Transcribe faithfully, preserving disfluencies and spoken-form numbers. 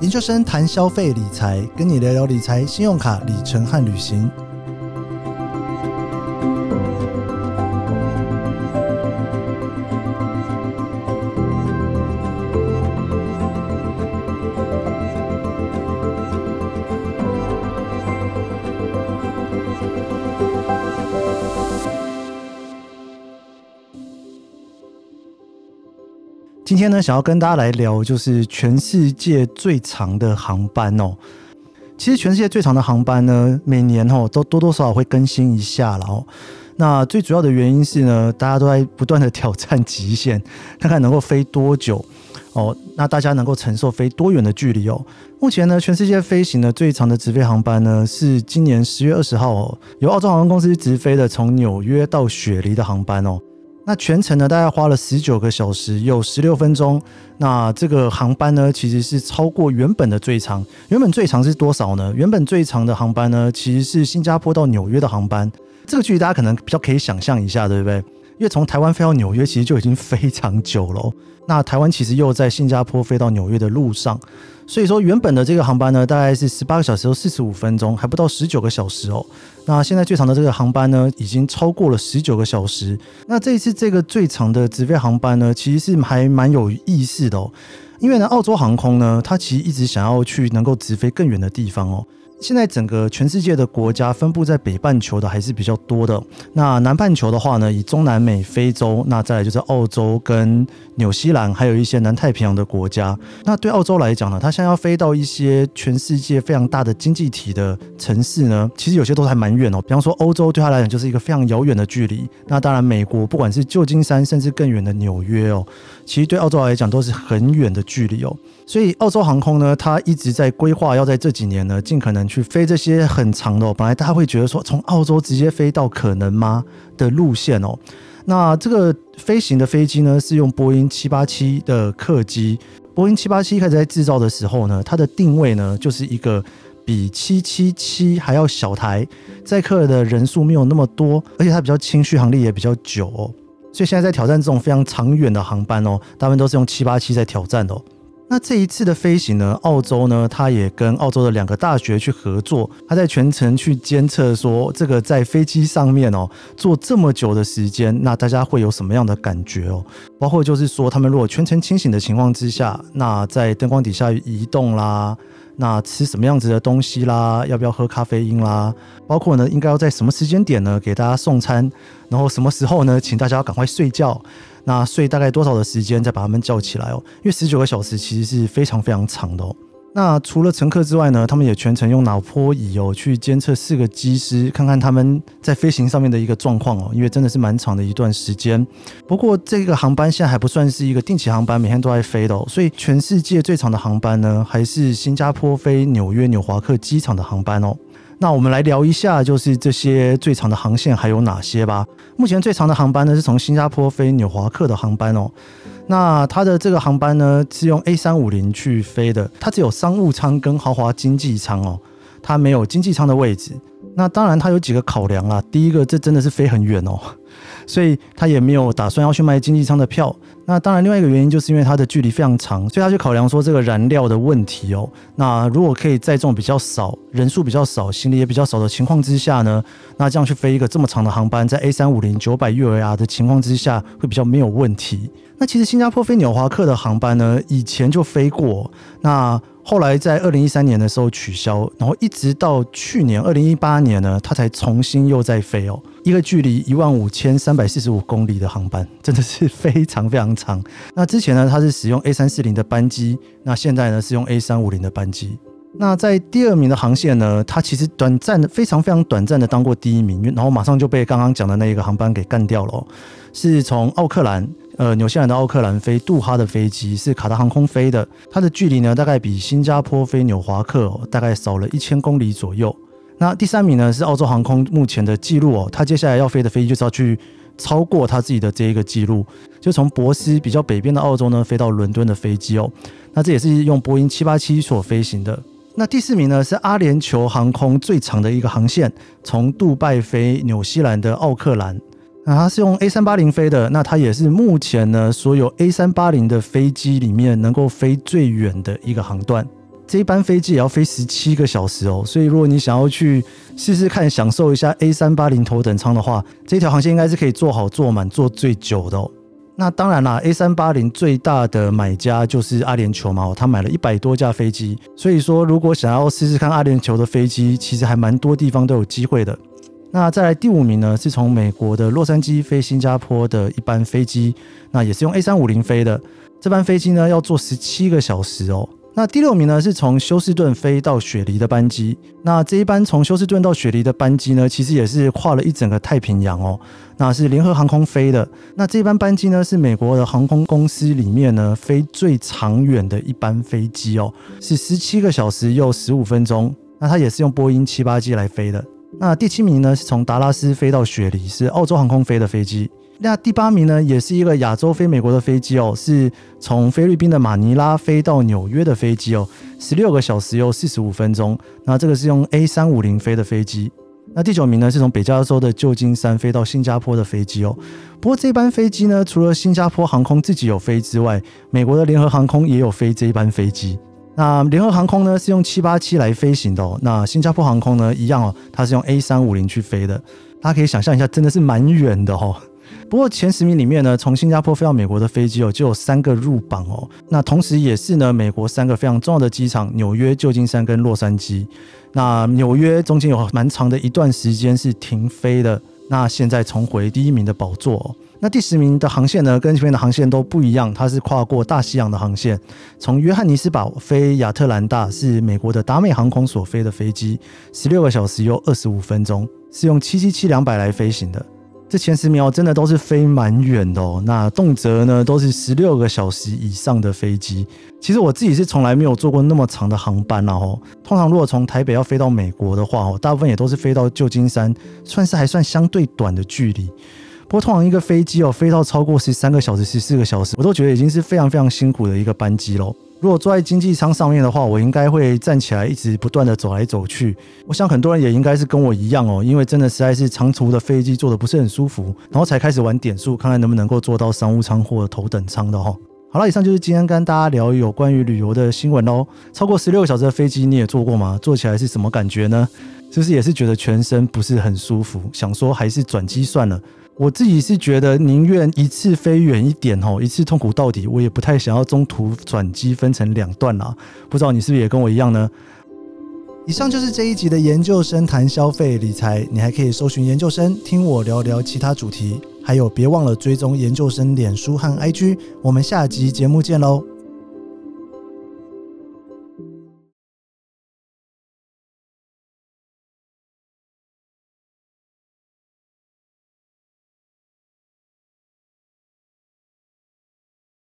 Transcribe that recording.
研究生谈消费理财，跟你聊聊理财、信用卡、里程和旅行。今天呢，想要跟大家来聊就是全世界最长的航班哦。其实全世界最长的航班呢，每年哦都多多少少会更新一下啦哦。那最主要的原因是呢，大家都在不断的挑战极限，看看能够飞多久哦。那大家能够承受飞多远的距离哦。目前呢，全世界飞行的最长的直飞航班呢，是今年十月二十号哦，由澳洲航空公司直飞的从纽约到雪梨的航班哦。那全程呢，大概花了十九个小时，有十六分钟。那这个航班呢，其实是超过原本的最长。原本最长是多少呢？原本最长的航班呢，其实是新加坡到纽约的航班。这个距离大家可能比较可以想象一下，对不对？因为从台湾飞到纽约，其实就已经非常久了哦。那台湾其实又在新加坡飞到纽约的路上，所以说原本的这个航班呢，大概是十八个小时又四十五分钟，还不到十九个小时哦。那现在最长的这个航班呢，已经超过了十九个小时。那这一次这个最长的直飞航班呢，其实是还蛮有意思的哦。因为呢，澳洲航空呢，它其实一直想要去能够直飞更远的地方哦。现在整个全世界的国家分布在北半球的还是比较多的，那南半球的话呢，以中南美、非洲，那再来就是澳洲跟纽西兰，还有一些南太平洋的国家。那对澳洲来讲呢，它现在要飞到一些全世界非常大的经济体的城市呢，其实有些都还蛮远哦。比方说欧洲对它来讲就是一个非常遥远的距离，那当然美国不管是旧金山甚至更远的纽约哦，其实对澳洲来讲都是很远的距离哦。所以澳洲航空呢，它一直在规划要在这几年呢，尽可能去飞这些很长的哦，本来大家会觉得说从澳洲直接飞到可能吗的路线哦。那这个飞行的飞机呢，是用波音七八七的客机。波音七八七开始在制造的时候呢，它的定位呢就是一个比七七七还要小台，载客的人数没有那么多，而且它比较轻，续航力也比较久哦。所以现在在挑战这种非常长远的航班哦，大部分都是用七八七在挑战的哦。那这一次的飞行呢，澳洲呢，它也跟澳洲的两个大学去合作，它在全程去监测说，这个在飞机上面哦，坐这么久的时间，那大家会有什么样的感觉哦？包括就是说，他们如果全程清醒的情况之下，那在灯光底下移动啦，那吃什么样子的东西啦，要不要喝咖啡因啦，包括呢，应该要在什么时间点呢给大家送餐，然后什么时候呢，请大家要赶快睡觉。那睡大概多少的时间再把他们叫起来哦？因为十九个小时其实是非常非常长的哦。那除了乘客之外呢，他们也全程用脑波仪哦去监测四个机师，看看他们在飞行上面的一个状况哦。因为真的是蛮长的一段时间。不过这个航班现在还不算是一个定期航班，每天都在飞的哦。所以全世界最长的航班呢，还是新加坡飞纽约纽华克机场的航班哦。那我们来聊一下，就是这些最长的航线还有哪些吧。目前最长的航班呢，是从新加坡飞纽华克的航班哦。那它的这个航班呢，是用 A 三五零 去飞的，它只有商务舱跟豪华经济舱哦，它没有经济舱的位置。那当然它有几个考量啦，第一个，这真的是飞很远哦，所以他也没有打算要去卖经济舱的票。那当然另外一个原因就是因为它的距离非常长，所以他去考量说这个燃料的问题哦。那如果可以载重比较少，人数比较少，行李也比较少的情况之下呢，那这样去飞一个这么长的航班，在 A 三五零 九百 U A R 的情况之下会比较没有问题。那其实新加坡飞纽华克的航班呢，以前就飞过，那后来在二零一三年的时候取消，然后一直到去年二零一八年呢，它才重新又再飞哦，一个距离一万五千三百四十五公里的航班，真的是非常非常长。那之前呢，它是使用 A 三四零 的班机，那现在呢是用 A 三五零 的班机。那在第二名的航线呢，它其实短暂的非常非常短暂的当过第一名，然后马上就被刚刚讲的那一个航班给干掉了哦。是从奥克兰呃纽西兰的奥克兰飞杜哈的飞机，是卡达航空飞的，它的距离呢大概比新加坡飞纽华克哦大概少了一千公里左右。那第三名呢是澳洲航空目前的记录哦，它接下来要飞的飞机就是要去超过他自己的这一个记录，就从博斯比较北边的澳洲呢飞到伦敦的飞机哦。那这也是用波音七八七所飞行的。那第四名呢是阿联酋航空最长的一个航线，从杜拜飞纽西兰的奥克兰。那它是用 A 三八零 飞的，那它也是目前呢所有 A 三八零 的飞机里面能够飞最远的一个航段。 这一班飞机也要飞十七个小时哦，所以如果你想要去试试看享受一下 A 三八零 头等舱的话，这条航线应该是可以坐好坐满坐最久的哦。那当然啦 A 三八零 最大的买家就是阿联酋嘛，他买了一百多架飞机，所以说如果想要试试看阿联酋的飞机，其实还蛮多地方都有机会的。那再来第五名呢，是从美国的洛杉矶飞新加坡的一班飞机，那也是用 A 三五零 飞的，这班飞机呢要坐十七个小时哦。那第六名呢是从休斯顿飞到雪梨的班机，那这一班从休斯顿到雪梨的班机呢，其实也是跨了一整个太平洋哦，那是联合航空飞的。那这班班机呢是美国的航空公司里面呢飞最长远的一班飞机哦，是十七个小时又十五分钟，那它也是用波音七八七来飞的。那第七名呢是从达拉斯飞到雪梨，是澳洲航空飞的飞机。那第八名呢，也是一个亚洲飞美国的飞机哦，是从菲律宾的马尼拉飞到纽约的飞机哦，十六个小时又四十五分钟。那这个是用 A 三五零 飞的飞机。那第九名呢，是从北加州的旧金山飞到新加坡的飞机哦。不过这班飞机呢，除了新加坡航空自己有飞之外，美国的联合航空也有飞这一班飞机。那联合航空呢是用七八七来飞行的哦，那新加坡航空呢一样哦，它是用 A 三五零 去飞的。大家可以想象一下，真的是蛮远的哦。不过前十名里面呢，从新加坡飞到美国的飞机哦，就有三个入榜哦。那同时也是呢，美国三个非常重要的机场：纽约、旧金山跟洛杉矶。那纽约中间有蛮长的一段时间是停飞的，那现在重回第一名的宝座哦。那第十名的航线呢，跟前面的航线都不一样，它是跨过大西洋的航线，从约翰尼斯堡飞亚特兰大，是美国的达美航空所飞的飞机，十六个小时又二十五分钟，是用七七七两百来飞行的。这前十名哦，真的都是飞蛮远的哦。那动辄呢都是十六个小时以上的飞机。其实我自己是从来没有坐过那么长的航班啦哦。通常如果从台北要飞到美国的话哦，大部分也都是飞到旧金山，算是还算相对短的距离。不过通常一个飞机哦飞到超过十三个小时、十四个小时，我都觉得已经是非常非常辛苦的一个班机咯。如果坐在经济舱上面的话，我应该会站起来一直不断的走来走去。我想很多人也应该是跟我一样哦，因为真的实在是长途的飞机坐得不是很舒服，然后才开始玩点数，看看能不能够坐到商务舱或头等舱的哦。好了，以上就是今天跟大家聊有关于旅游的新闻咯。超过十六个小时的飞机你也坐过吗？坐起来是什么感觉呢？是不是也是觉得全身不是很舒服，想说还是转机算了？我自己是觉得宁愿一次飞远一点一次痛苦到底，我也不太想要中途转机分成两段啦。不知道你是不是也跟我一样呢？以上就是这一集的研究生谈消费理财，你还可以搜寻研究生听我聊聊其他主题，还有别忘了追踪研究生脸书和 I G， 我们下集节目见咯。